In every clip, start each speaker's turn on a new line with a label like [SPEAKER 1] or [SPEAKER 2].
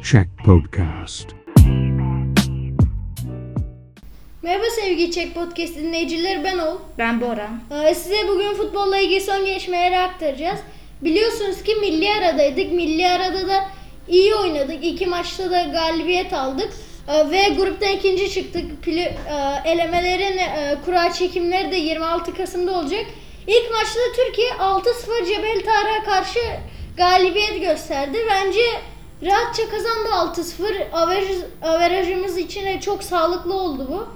[SPEAKER 1] Check Podcast.
[SPEAKER 2] Merhaba sevgili Check Podcast dinleyicileri, ben Ol.
[SPEAKER 3] Ben Boran.
[SPEAKER 2] Size bugün futbolla ilgili son gelişmeleri aktaracağız. Biliyorsunuz ki milli aradaydık. Milli arada da iyi oynadık. 2 maçta da galibiyet aldık. Ve gruptan ikinci çıktık. Elemelerin kura çekimleri de 26 Kasım'da olacak. İlk maçta Türkiye 6-0 Cebel Tarık'a karşı galibiyet gösterdi. Bence rahatça kazandı 6-0. Averajımız için de çok sağlıklı oldu bu.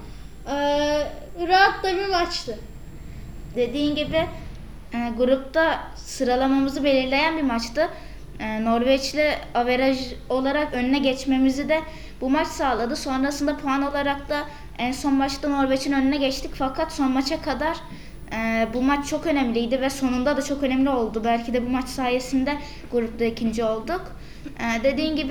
[SPEAKER 2] Rahat da bir maçtı.
[SPEAKER 3] Dediğin gibi grupta sıralamamızı belirleyen bir maçtı. Norveç'le averaj olarak önüne geçmemizi de bu maç sağladı. Sonrasında puan olarak da en son maçta Norveç'in önüne geçtik. Fakat son maça kadar bu maç çok önemliydi ve sonunda da çok önemli oldu. Belki de bu maç sayesinde grupta ikinci olduk. Dediğin gibi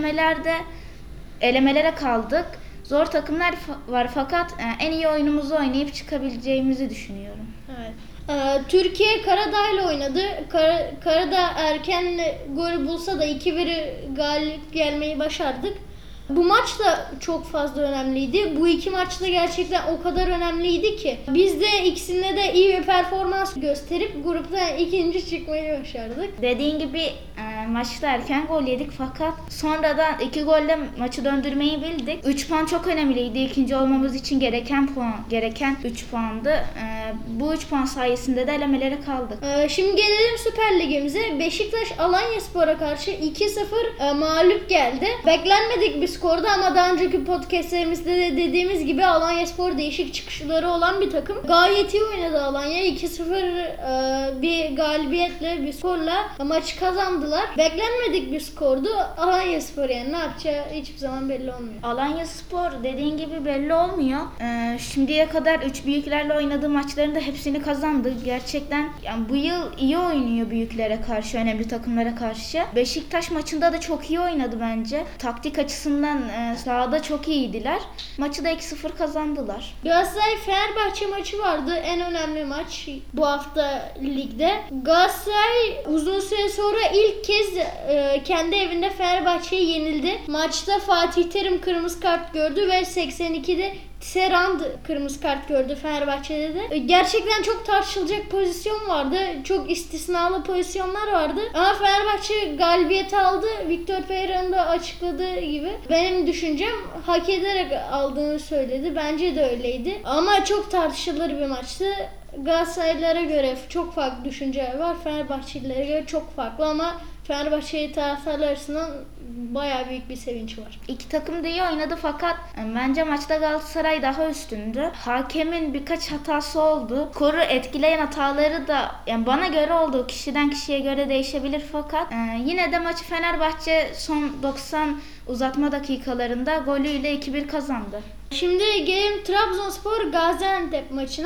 [SPEAKER 3] elemelere kaldık. Zor takımlar var fakat en iyi oyunumuzu oynayıp çıkabileceğimizi düşünüyorum.
[SPEAKER 2] Evet. Türkiye Karadağ ile oynadı. Karadağ erken gol bulsa da 2-1 galip gelmeyi başardık. Bu maç da çok fazla önemliydi. Bu iki maç da gerçekten o kadar önemliydi ki. Biz de ikisinde de iyi bir performans gösterip gruptan ikinci çıkmayı başardık.
[SPEAKER 3] Dediğin gibi maçta erken gol yedik fakat sonradan 2 golle maçı döndürmeyi bildik. 3 puan çok önemliydi. İkinci olmamız için gereken 3 puandı. Bu 3 puan sayesinde de elemelere kaldık.
[SPEAKER 2] Şimdi gelelim Süper Ligimize. Beşiktaş Alanyaspor'a karşı 2-0 mağlup geldi. Beklenmedik bir skordu ama daha önceki podcastlerimizde de dediğimiz gibi Alanyaspor değişik çıkışları olan bir takım. Gayet iyi oynadı Alanya. 2-0 bir galibiyetle, bir skorla maçı kazandılar. Beklenmedik bir skordu. Alanyaspor yani ne yapacağı hiçbir zaman belli olmuyor.
[SPEAKER 3] Alanyaspor dediğin gibi belli olmuyor. Şimdiye kadar 3 büyüklerle oynadığı maçların da hepsini kazandı. Gerçekten yani bu yıl iyi oynuyor büyüklere karşı, önemli takımlara karşı. Beşiktaş maçında da çok iyi oynadı bence. Taktik açısından sahada çok iyiydiler. Maçı da 2-0 kazandılar.
[SPEAKER 2] Galatasaray Fenerbahçe maçı vardı. En önemli maç bu hafta ligde. Galatasaray uzun süre sonra ilk kez kendi evinde Fenerbahçe'ye yenildi. Maçta Fatih Terim kırmızı kart gördü ve 82'de Serand kırmızı kart gördü Fenerbahçe'de de. Gerçekten çok tartışılacak pozisyon vardı. Çok istisnalı pozisyonlar vardı. Ama Fenerbahçe galibiyeti aldı. Victor Pereira'nın da açıkladığı gibi. Benim düşüncem hak ederek aldığını söyledi. Bence de öyleydi. Ama çok tartışılır bir maçtı. Galatasaraylılara göre çok farklı düşünceler var. Fenerbahçelilere göre çok farklı ama Fenerbahçe taraftarlar arasından bayağı büyük bir sevinç var.
[SPEAKER 3] İki takım da iyi oynadı fakat bence maçta Galatasaray daha üstündü. Hakemin birkaç hatası oldu. Skoru etkileyen hataları da yani bana göre oldu. Kişiden kişiye göre değişebilir fakat yine de maçı Fenerbahçe son 90 uzatma dakikalarında golüyle 2-1 kazandı.
[SPEAKER 2] Şimdi gelelim Trabzonspor Gaziantep maçına.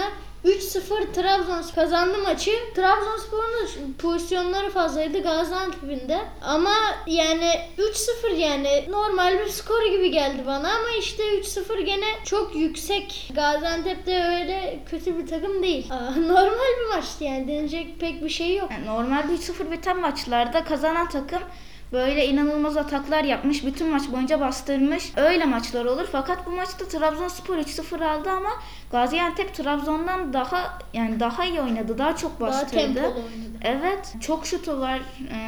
[SPEAKER 2] 3-0 Trabzonspor kazandı maçı. Trabzonspor'un pozisyonları fazlaydı Gaziantep'in de. Ama yani 3-0 yani normal bir skor gibi geldi bana ama işte 3-0 gene çok yüksek. Gaziantep de öyle kötü bir takım değil. Normal bir maçtı yani denecek pek bir şey yok.
[SPEAKER 3] Yani normalde 3-0 biten maçlarda kazanan takım böyle inanılmaz ataklar yapmış. Bütün maç boyunca bastırmış. Öyle maçlar olur. Fakat bu maçta Trabzonspor 3-0 aldı ama Gaziantep Trabzon'dan daha iyi oynadı. Daha çok bastırdı.
[SPEAKER 2] Daha tempolu oynadı.
[SPEAKER 3] Evet. Çok şutu var.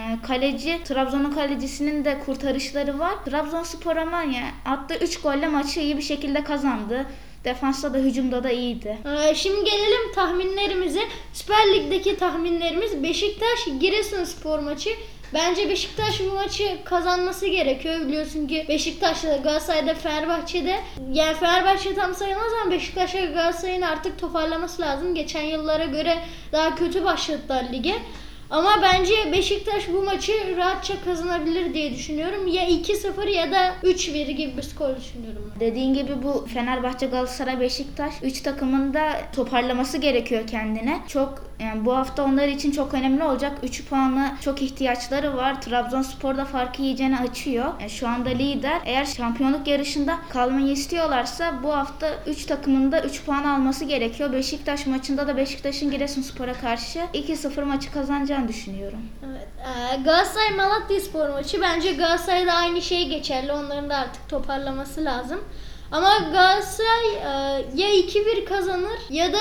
[SPEAKER 3] Trabzon'un kalecisinin de kurtarışları var. Trabzonspor ama yani attığı 3 golle maçı iyi bir şekilde kazandı. Defansta da hücumda da iyiydi.
[SPEAKER 2] Şimdi gelelim tahminlerimize. Süper Lig'deki tahminlerimiz Beşiktaş Giresunspor maçı. Bence Beşiktaş bu maçı kazanması gerekiyor. Biliyorsun ki Beşiktaş'ta, Galatasaray'da, Fenerbahçe'de. Yani Fenerbahçe tam sayılmaz ama Beşiktaş'a Galatasaray'ın artık toparlaması lazım. Geçen yıllara göre daha kötü başladılar lige. Ama bence Beşiktaş bu maçı rahatça kazanabilir diye düşünüyorum. Ya 2-0 ya da 3-1 gibi bir skor düşünüyorum.
[SPEAKER 3] Dediğin gibi bu Fenerbahçe, Galatasaray, Beşiktaş 3 takımın da toparlaması gerekiyor kendine. Yani bu hafta onlar için çok önemli olacak. 3 puanla çok ihtiyaçları var. Trabzonspor da farkı iyicene açıyor. Yani şu anda lider. Eğer şampiyonluk yarışında kalmayı istiyorlarsa bu hafta 3 takımın da 3 puan alması gerekiyor. Beşiktaş maçında da Beşiktaş'ın Giresunspor'a karşı 2-0 maçı kazanacağı olacağını düşünüyorum.
[SPEAKER 2] Evet. Galatasaray Malatyaspor maçı bence Galatasaray'da aynı şey geçerli. Onların da artık toparlaması lazım. Ama Galatasaray ya 2-1 kazanır ya da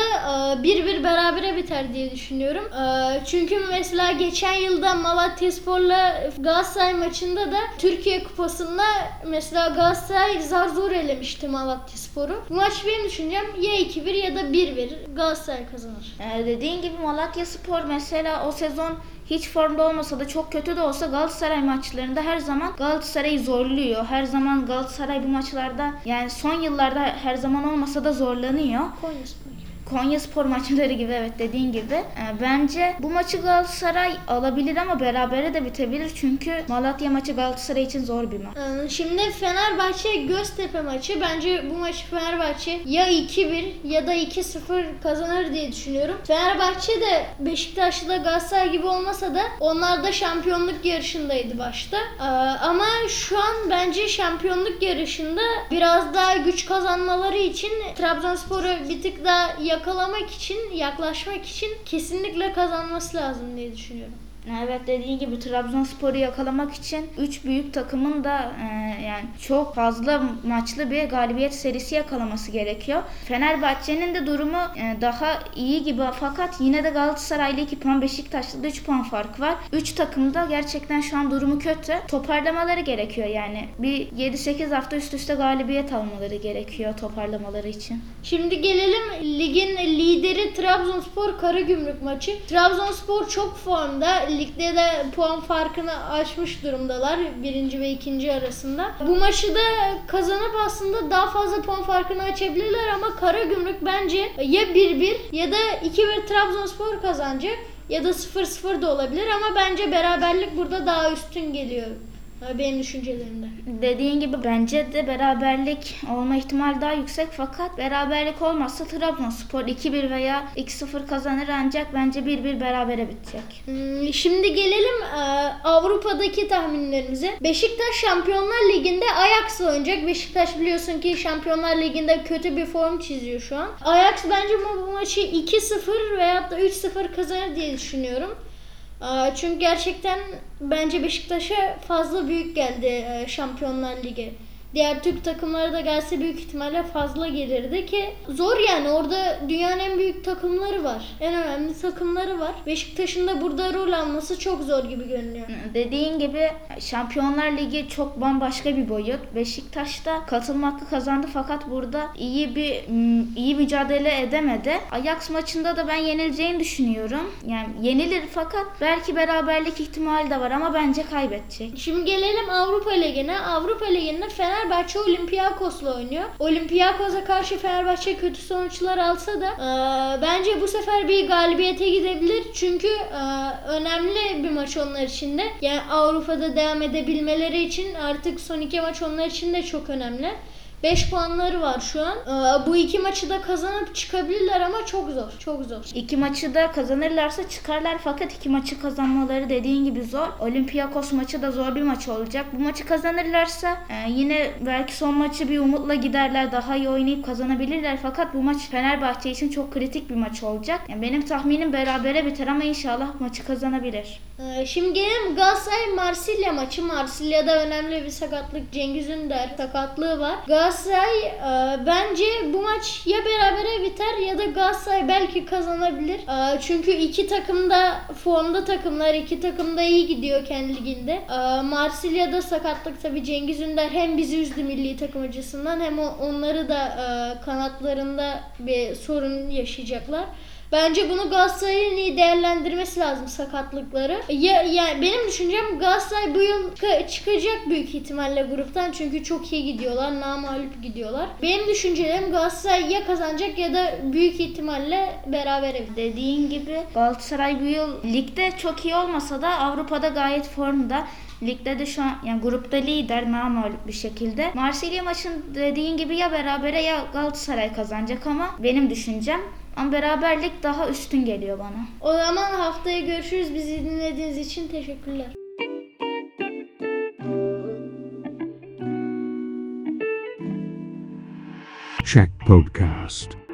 [SPEAKER 2] 1-1 berabere biter diye düşünüyorum. Çünkü mesela geçen yılda Malatyaspor'la Galatasaray maçında da Türkiye Kupası'nda mesela Galatasaray zar zor elemişti Malatyaspor'u. Bu maç benim düşüncem ya 2-1 ya da 1-1 Galatasaray kazanır.
[SPEAKER 3] Dediğin gibi Malatyaspor mesela o sezon hiç formda olmasa da çok kötü de olsa Galatasaray maçlarında her zaman Galatasaray'ı zorluyor. Her zaman Galatasaray bu maçlarda yani son yıllarda her zaman olmasa da zorlanıyor. Konyaspor maçları gibi, evet, dediğin gibi. Bence bu maçı Galatasaray alabilir ama berabere de bitebilir. Çünkü Malatya maçı Galatasaray için zor bir maç.
[SPEAKER 2] Şimdi Fenerbahçe Göztepe maçı. Bence bu maçı Fenerbahçe ya 2-1 ya da 2-0 kazanır diye düşünüyorum. Fenerbahçe de Beşiktaş'ta Galatasaray gibi olmasa da onlar da şampiyonluk yarışındaydı başta. Ama şu an bence şampiyonluk yarışında biraz daha güç kazanmaları için Trabzonspor'u bir tık daha yakalamak için, yaklaşmak için kesinlikle kazanması lazım diye düşünüyorum.
[SPEAKER 3] Evet, dediğin gibi Trabzonspor'u yakalamak için 3 büyük takımın da yani çok fazla maçlı bir galibiyet serisi yakalaması gerekiyor. Fenerbahçe'nin de durumu daha iyi gibi fakat yine de Galatasaray'la 2 puan, Beşiktaş'ta da 3 puan fark var. 3 takım da gerçekten şu an durumu kötü. Toparlamaları gerekiyor yani. Bir 7-8 hafta üst üste galibiyet almaları gerekiyor toparlamaları için.
[SPEAKER 2] Şimdi gelelim ligin lideri Trabzonspor Karagümrük maçı. Trabzonspor çok formda. Ligde de puan farkını aşmış durumdalar. 1. ve 2. arasında. Bu maçı da kazanıp aslında daha fazla puan farkını açabilirler ama Karagümrük bence ya 1-1 ya da 2-1 Trabzonspor kazanacak ya da 0-0 da olabilir ama bence beraberlik burada daha üstün geliyor. Benim düşüncelerimde.
[SPEAKER 3] Dediğin gibi bence de beraberlik olma ihtimali daha yüksek fakat beraberlik olmazsa Trabzonspor 2-1 veya 2-0 kazanır ancak bence 1-1 berabere bitecek.
[SPEAKER 2] Şimdi gelelim Avrupa'daki tahminlerimize. Beşiktaş Şampiyonlar Ligi'nde Ajax'la oynayacak. Beşiktaş biliyorsun ki Şampiyonlar Ligi'nde kötü bir form çiziyor şu an. Ajax bence bu maçı 2-0 veyahut da 3-0 kazanır diye düşünüyorum. Çünkü gerçekten bence Beşiktaş'a fazla büyük geldi Şampiyonlar Ligi. Diğer Türk takımları da gelse büyük ihtimalle fazla gelirdi ki zor yani orada dünyanın en büyük takımları var. En önemli takımları var. Beşiktaş'ın da burada rol alması çok zor gibi görünüyor.
[SPEAKER 3] Dediğin gibi Şampiyonlar Ligi çok bambaşka bir boyut. Beşiktaş da katılma hakkı kazandı fakat burada iyi mücadele edemedi. Ajax maçında da ben yenileceğini düşünüyorum. Yani yenilir fakat belki beraberlik ihtimali de var ama bence kaybedecek.
[SPEAKER 2] Şimdi gelelim Avrupa Ligi'ne. Avrupa Ligi'nde Fenerbahçe Olympiakos'la oynuyor. Olympiakos'a karşı Fenerbahçe kötü sonuçlar alsa da bence bu sefer bir galibiyete gidebilir. Çünkü önemli bir maç onlar için de. Yani Avrupa'da devam edebilmeleri için artık son 2 maç onlar için de çok önemli. 5 puanları var şu an. Bu 2 maçı da kazanıp çıkabilirler ama çok zor. Çok zor.
[SPEAKER 3] 2 maçı da kazanırlarsa çıkarlar fakat 2 maçı kazanmaları dediğin gibi zor. Olympiakos maçı da zor bir maç olacak. Bu maçı kazanırlarsa yine belki son maçı bir umutla giderler. Daha iyi oynayıp kazanabilirler fakat bu maç Fenerbahçe için çok kritik bir maç olacak. Yani benim tahminim berabere biter ama inşallah maçı kazanabilir.
[SPEAKER 2] Şimdi gelelim Galatasaray Marsilya maçı. Marsilya'da önemli bir sakatlık. Cengiz Ünder sakatlığı var. Galatasaray bence bu maç ya berabere biter ya da Galatasaray belki kazanabilir. Çünkü iki takım da formda takımlar. İki takım da iyi gidiyor kendi liginde. Marsilya'da sakatlık tabii Cengiz Ünder hem bizi üzdü milli takım açısından hem onları da kanatlarında bir sorun yaşayacaklar. Bence bunu Galatasaray'ın iyi değerlendirmesi lazım sakatlıkları. Yani benim düşüncem Galatasaray bu yıl çıkacak büyük ihtimalle gruptan çünkü çok iyi gidiyorlar, namağlup gidiyorlar. Benim düşüncelerim Galatasaray ya kazanacak ya da büyük ihtimalle berabere.
[SPEAKER 3] Dediğin gibi Galatasaray bu yıl ligde çok iyi olmasa da Avrupa'da gayet formda. Ligde de şu an yani grupta lider namağlup bir şekilde. Marsilya maçın dediğin gibi ya berabere ya Galatasaray kazanacak ama benim düşüncem. Ama beraberlik daha üstün geliyor bana.
[SPEAKER 2] O zaman haftaya görüşürüz. Bizi dinlediğiniz için teşekkürler.
[SPEAKER 1] Check Podcast.